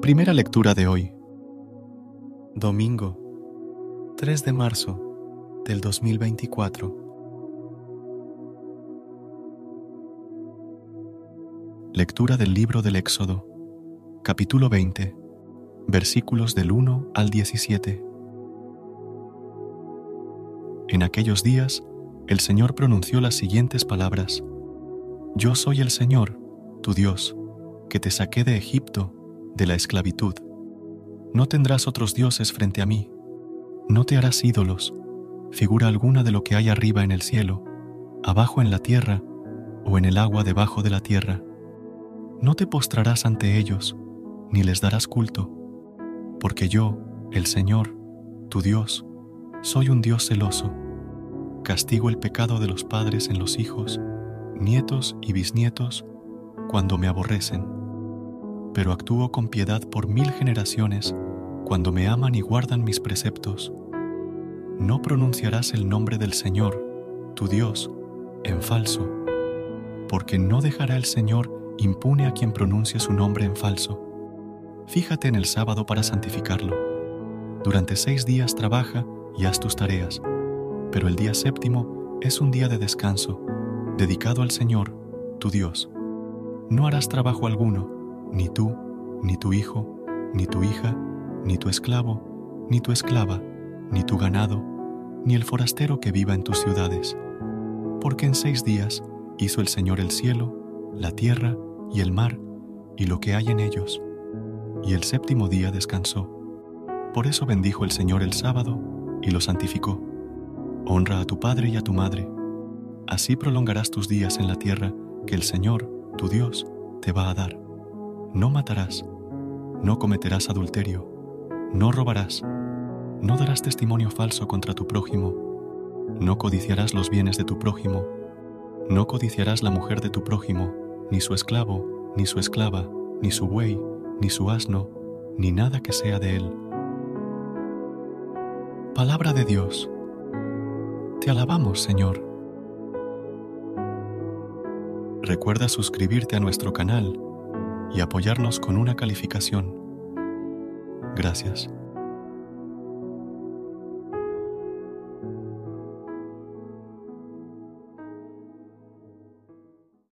Primera lectura de hoy, domingo 3 de marzo del 2024. Lectura del libro del Éxodo, capítulo 20, versículos del 1 al 17. En aquellos días, el Señor pronunció las siguientes palabras: Yo soy el Señor, tu Dios, que te saqué de Egipto, de la esclavitud. No tendrás otros dioses frente a mí. No te harás ídolos, figura alguna de lo que hay arriba en el cielo, abajo en la tierra o en el agua debajo de la tierra. No te postrarás ante ellos, ni les darás culto, porque yo, el Señor, tu Dios, soy un Dios celoso. Castigo el pecado de los padres en los hijos, nietos y bisnietos, cuando me aborrecen. Pero actúo con piedad por 1000 generaciones, cuando me aman y guardan mis preceptos. No pronunciarás el nombre del Señor, tu Dios, en falso, porque no dejará el Señor impune a quien pronuncie su nombre en falso. Fíjate en el sábado para santificarlo. Durante 6 días trabaja y haz tus tareas, pero el día séptimo es un día de descanso, dedicado al Señor, tu Dios. No harás trabajo alguno, ni tú, ni tu hijo, ni tu hija, ni tu esclavo, ni tu esclava, ni tu ganado, ni el forastero que viva en tus ciudades. Porque en 6 días hizo el Señor el cielo, la tierra y el mar, y lo que hay en ellos. Y el séptimo día descansó. Por eso bendijo el Señor el sábado y lo santificó. Honra a tu padre y a tu madre. Así prolongarás tus días en la tierra que el Señor, tu Dios, te va a dar. No matarás, no cometerás adulterio, no robarás, no darás testimonio falso contra tu prójimo, no codiciarás los bienes de tu prójimo, no codiciarás la mujer de tu prójimo, ni su esclavo, ni su esclava, ni su buey, ni su asno, ni nada que sea de él. Palabra de Dios. Te alabamos, Señor. Recuerda suscribirte a nuestro canal y apoyarnos con una calificación. Gracias.